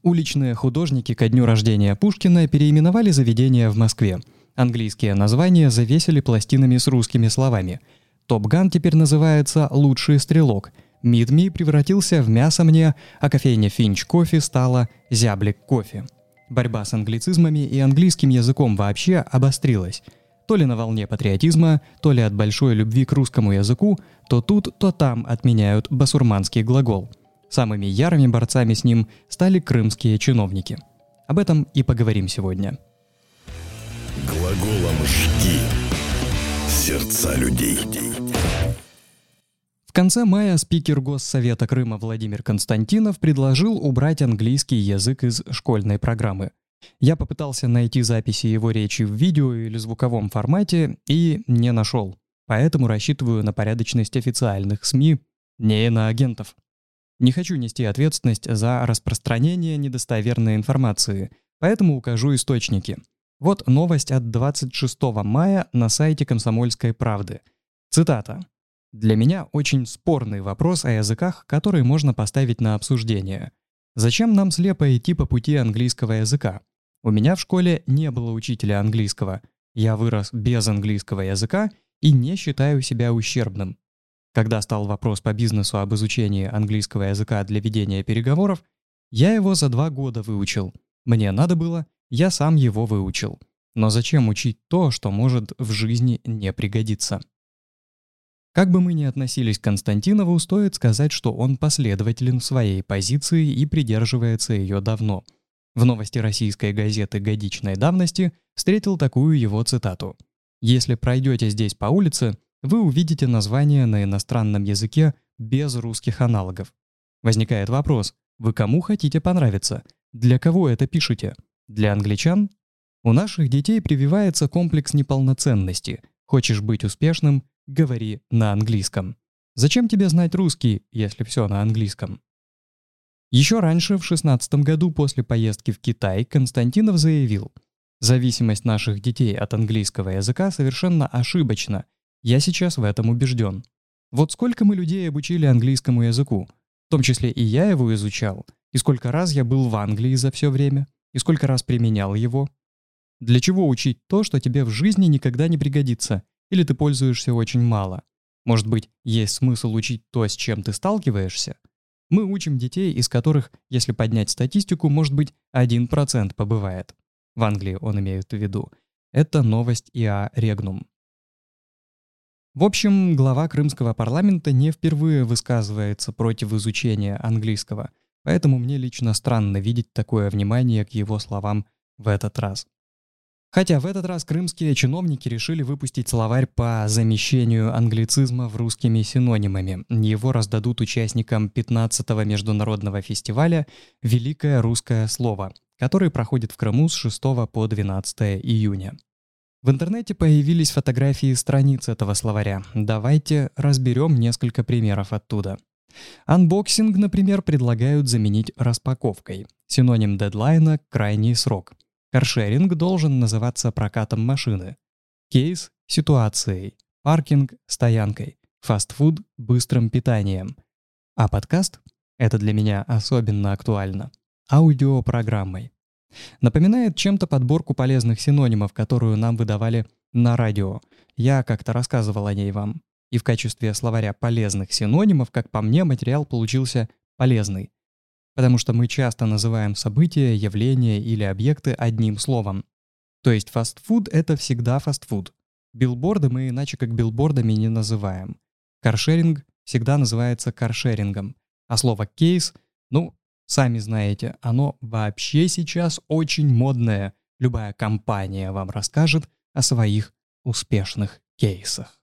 Уличные художники ко дню рождения Пушкина переименовали заведение в Москве. Английские названия завесили пластинами с русскими словами. Топ Ган теперь называется «Лучший стрелок», Мид Ми превратился в «Мясо мне», а кофейня Финч Кофе стала «Зяблик кофе». Борьба с англицизмами и английским языком вообще обострилась. То ли на волне патриотизма, то ли от большой любви к русскому языку, то тут, то там отменяют басурманский глагол. Самыми ярыми борцами с ним стали крымские чиновники. Об этом и поговорим сегодня. Глаголом «жги» сердца людей. В конце мая спикер Госсовета Крыма Владимир Константинов предложил убрать английский язык из школьной программы. Я попытался найти записи его речи в видео или звуковом формате и не нашел. Поэтому рассчитываю на порядочность официальных СМИ, не на агентов. Не хочу нести ответственность за распространение недостоверной информации, поэтому укажу источники. Вот новость от 26 мая на сайте «Комсомольской правды». Цитата. «Для меня очень спорный вопрос о языках, который можно поставить на обсуждение. Зачем нам слепо идти по пути английского языка? У меня в школе не было учителя английского. Я вырос без английского языка и не считаю себя ущербным. Когда стал вопрос по бизнесу об изучении английского языка для ведения переговоров, я его за 2 года выучил. Мне надо было, я сам его выучил. Но зачем учить то, что может в жизни не пригодиться?» Как бы мы ни относились к Константинову, стоит сказать, что он последователен в своей позиции и придерживается ее давно. В новости российской газеты годичной давности встретил такую его цитату. «Если пройдете здесь по улице, вы увидите название на иностранном языке без русских аналогов. Возникает вопрос, вы кому хотите понравиться? Для кого это пишете? Для англичан? У наших детей прививается комплекс неполноценности. Хочешь быть успешным – говори на английском. Зачем тебе знать русский, если все на английском?» Еще раньше, в 2016 году, после поездки в Китай, Константинов заявил: «Зависимость наших детей от английского языка совершенно ошибочна. Я сейчас в этом убежден. Вот сколько мы людей обучили английскому языку, в том числе и я его изучал, и сколько раз я был в Англии за все время, и сколько раз применял его. Для чего учить то, что тебе в жизни никогда не пригодится, или ты пользуешься очень мало? Может быть, есть смысл учить то, с чем ты сталкиваешься? Мы учим детей, из которых, если поднять статистику, может быть, 1% побывает». В Англии он имеет в виду. Это новость ИА Регнум. В общем, глава крымского парламента не впервые высказывается против изучения английского, поэтому мне лично странно видеть такое внимание к его словам в этот раз. Хотя в этот раз крымские чиновники решили выпустить словарь по замещению англицизмов русскими синонимами. Его раздадут участникам 15-го международного фестиваля «Великое русское слово», который проходит в Крыму с 6 по 12 июня. В интернете появились фотографии страниц этого словаря. Давайте разберем несколько примеров оттуда. Анбоксинг, например, предлагают заменить распаковкой. Синоним дедлайна – крайний срок. Каршеринг должен называться прокатом машины. Кейс – ситуацией. Паркинг – стоянкой. Фастфуд – быстрым питанием. А подкаст – это для меня особенно актуально – аудиопрограммой. Напоминает чем-то подборку полезных синонимов, которую нам выдавали на радио. Я как-то рассказывал о ней вам. И в качестве словаря полезных синонимов, как по мне, материал получился полезный. Потому что мы часто называем события, явления или объекты одним словом. То есть фастфуд – это всегда фастфуд. Билборды мы иначе как билбордами не называем. Каршеринг всегда называется каршерингом. А слово «кейс» сами знаете, оно вообще сейчас очень модное. Любая компания вам расскажет о своих успешных кейсах.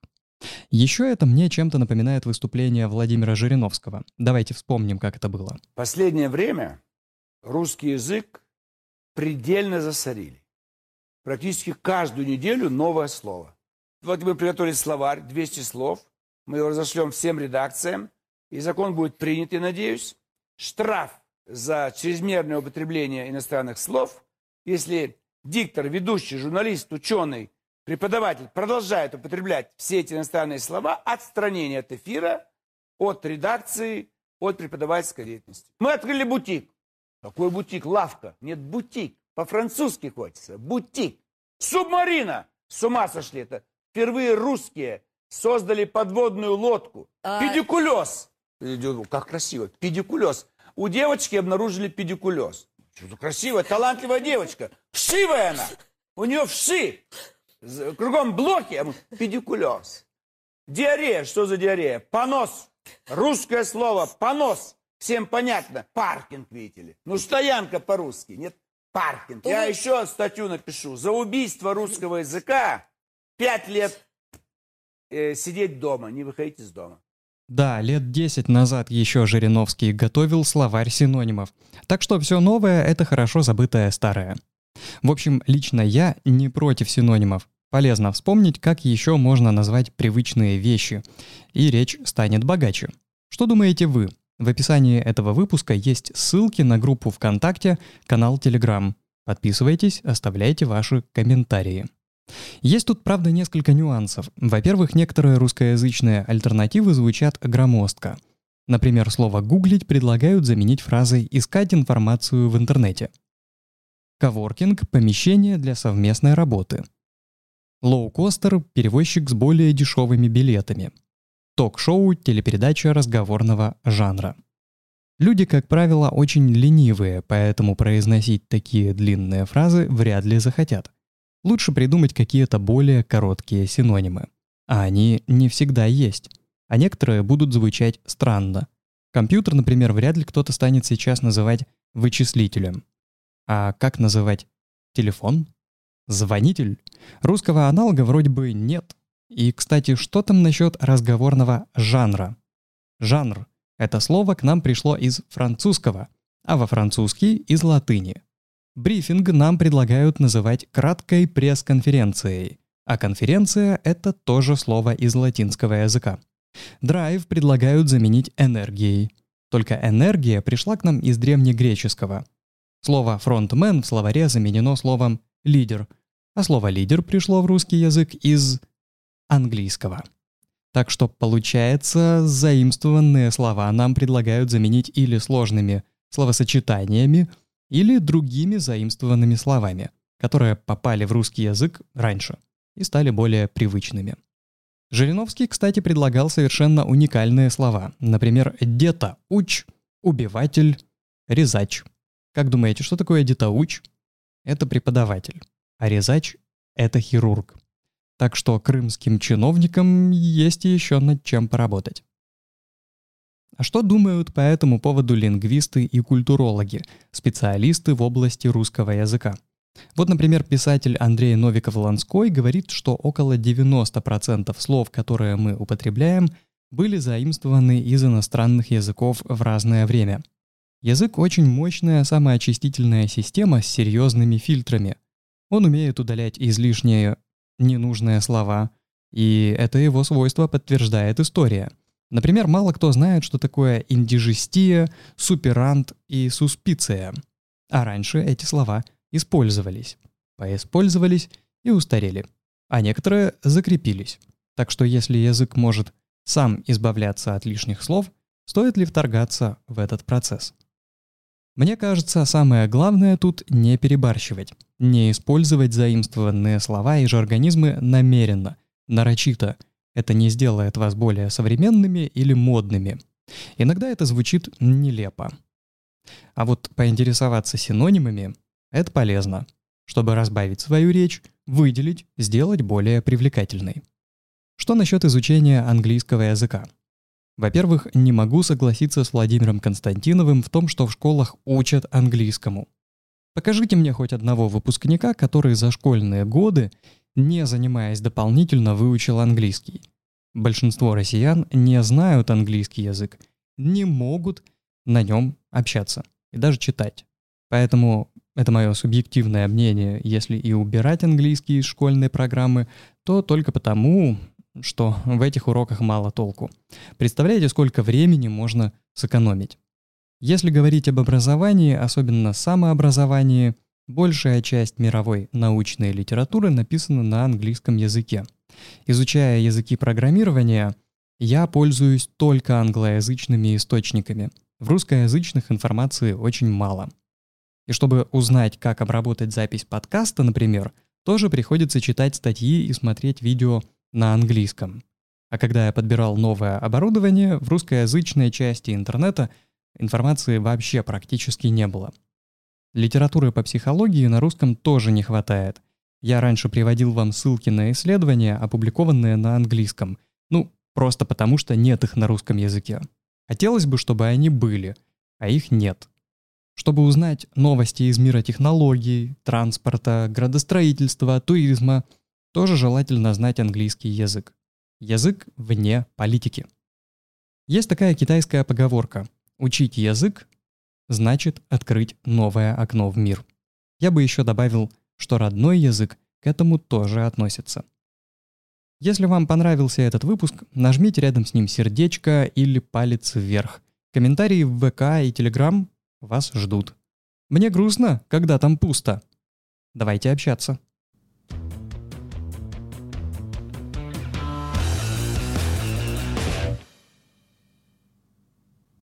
Еще это мне чем-то напоминает выступление Владимира Жириновского. Давайте вспомним, как это было. Последнее время русский язык предельно засорили. Практически каждую неделю новое слово. Вот мы приготовили словарь, 200 слов. Мы его разошлем всем редакциям. И закон будет принят, я надеюсь. Штраф за чрезмерное употребление иностранных слов, если диктор, ведущий, журналист, ученый, преподаватель продолжает употреблять все эти иностранные слова, отстранение от эфира, от редакции, от преподавательской деятельности. Мы открыли бутик. Какой бутик? Лавка. Нет, бутик. По-французски хочется. Бутик. Субмарина. С ума сошли это. Впервые русские создали подводную лодку. Педикулез. Как красиво. Педикулез. У девочки обнаружили педикулез. Что-то красивая, талантливая девочка. Вшивая она. У нее вши. Кругом блоки. Педикулез. Диарея. Что за диарея? Понос. Русское слово понос. Всем понятно. Паркинг, видите ли. Ну, стоянка по-русски. Нет, паркинг. Я еще статью напишу. За убийство русского языка 5 лет сидеть дома. Не выходить из дома. Да, лет 10 назад еще Жириновский готовил словарь синонимов. Так что все новое — это хорошо забытое старое. В общем, лично я не против синонимов. Полезно вспомнить, как еще можно назвать привычные вещи, и речь станет богаче. Что думаете вы? В описании этого выпуска есть ссылки на группу ВКонтакте, канал Telegram. Подписывайтесь, оставляйте ваши комментарии. Есть тут, правда, несколько нюансов. Во-первых, некоторые русскоязычные альтернативы звучат громоздко. Например, слово «гуглить» предлагают заменить фразой «искать информацию в интернете». Коворкинг – помещение для совместной работы. Лоукостер – перевозчик с более дешевыми билетами. Ток-шоу – телепередача разговорного жанра. Люди, как правило, очень ленивые, поэтому произносить такие длинные фразы вряд ли захотят. Лучше придумать какие-то более короткие синонимы. А они не всегда есть. А некоторые будут звучать странно. Компьютер, например, вряд ли кто-то станет сейчас называть вычислителем. А как называть телефон? Звонитель? Русского аналога вроде бы нет. И, кстати, что там насчет разговорного жанра? Жанр — это слово к нам пришло из французского, а во французский — из латыни. Брифинг нам предлагают называть краткой пресс-конференцией, а конференция — это тоже слово из латинского языка. Драйв предлагают заменить энергией. Только энергия пришла к нам из древнегреческого. Слово «фронтмен» в словаре заменено словом «лидер», а слово «лидер» пришло в русский язык из английского. Так что, получается, заимствованные слова нам предлагают заменить или сложными словосочетаниями, или другими заимствованными словами, которые попали в русский язык раньше и стали более привычными. Жириновский, кстати, предлагал совершенно уникальные слова. Например, детауч, убиватель, резач. Как думаете, что такое детауч? Это преподаватель, а резач — это хирург. Так что крымским чиновникам есть еще над чем поработать. А что думают по этому поводу лингвисты и культурологи, специалисты в области русского языка? Вот, например, писатель Андрей Новиков-Ланской говорит, что около 90% слов, которые мы употребляем, были заимствованы из иностранных языков в разное время. Язык — очень мощная самоочистительная система с серьезными фильтрами. Он умеет удалять излишние ненужные слова, и это его свойство подтверждает история. Например, мало кто знает, что такое индижестия, суперант и суспиция. А раньше эти слова использовались, поиспользовались и устарели, а некоторые закрепились. Так что если язык может сам избавляться от лишних слов, стоит ли вторгаться в этот процесс? Мне кажется, самое главное тут не перебарщивать, не использовать заимствованные слова и жаргонизмы намеренно, нарочито. Это не сделает вас более современными или модными. Иногда это звучит нелепо. А вот поинтересоваться синонимами — это полезно, чтобы разбавить свою речь, выделить, сделать более привлекательной. Что насчет изучения английского языка? Во-первых, не могу согласиться с Владимиром Константиновым в том, что в школах учат английскому. Покажите мне хоть одного выпускника, который за школьные годы, не занимаясь дополнительно, выучил английский. Большинство россиян не знают английский язык, не могут на нем общаться и даже читать. Поэтому это мое субъективное мнение, если и убирать английский из школьной программы, то только потому, что в этих уроках мало толку. Представляете, сколько времени можно сэкономить? Если говорить об образовании, особенно самообразовании, большая часть мировой научной литературы написана на английском языке. Изучая языки программирования, я пользуюсь только англоязычными источниками. В русскоязычных информации очень мало. И чтобы узнать, как обработать запись подкаста, например, тоже приходится читать статьи и смотреть видео на английском. А когда я подбирал новое оборудование, в русскоязычной части интернета информации вообще практически не было. Литературы по психологии на русском тоже не хватает. Я раньше приводил вам ссылки на исследования, опубликованные на английском. Просто потому что нет их на русском языке. Хотелось бы, чтобы они были, а их нет. Чтобы узнать новости из мира технологий, транспорта, градостроительства, туризма, тоже желательно знать английский язык. Язык вне политики. Есть такая китайская поговорка: «Учить язык значит открыть новое окно в мир». Я бы еще добавил, что родной язык к этому тоже относится. Если вам понравился этот выпуск, нажмите рядом с ним сердечко или палец вверх. Комментарии в ВК и Телеграм вас ждут. Мне грустно, когда там пусто. Давайте общаться.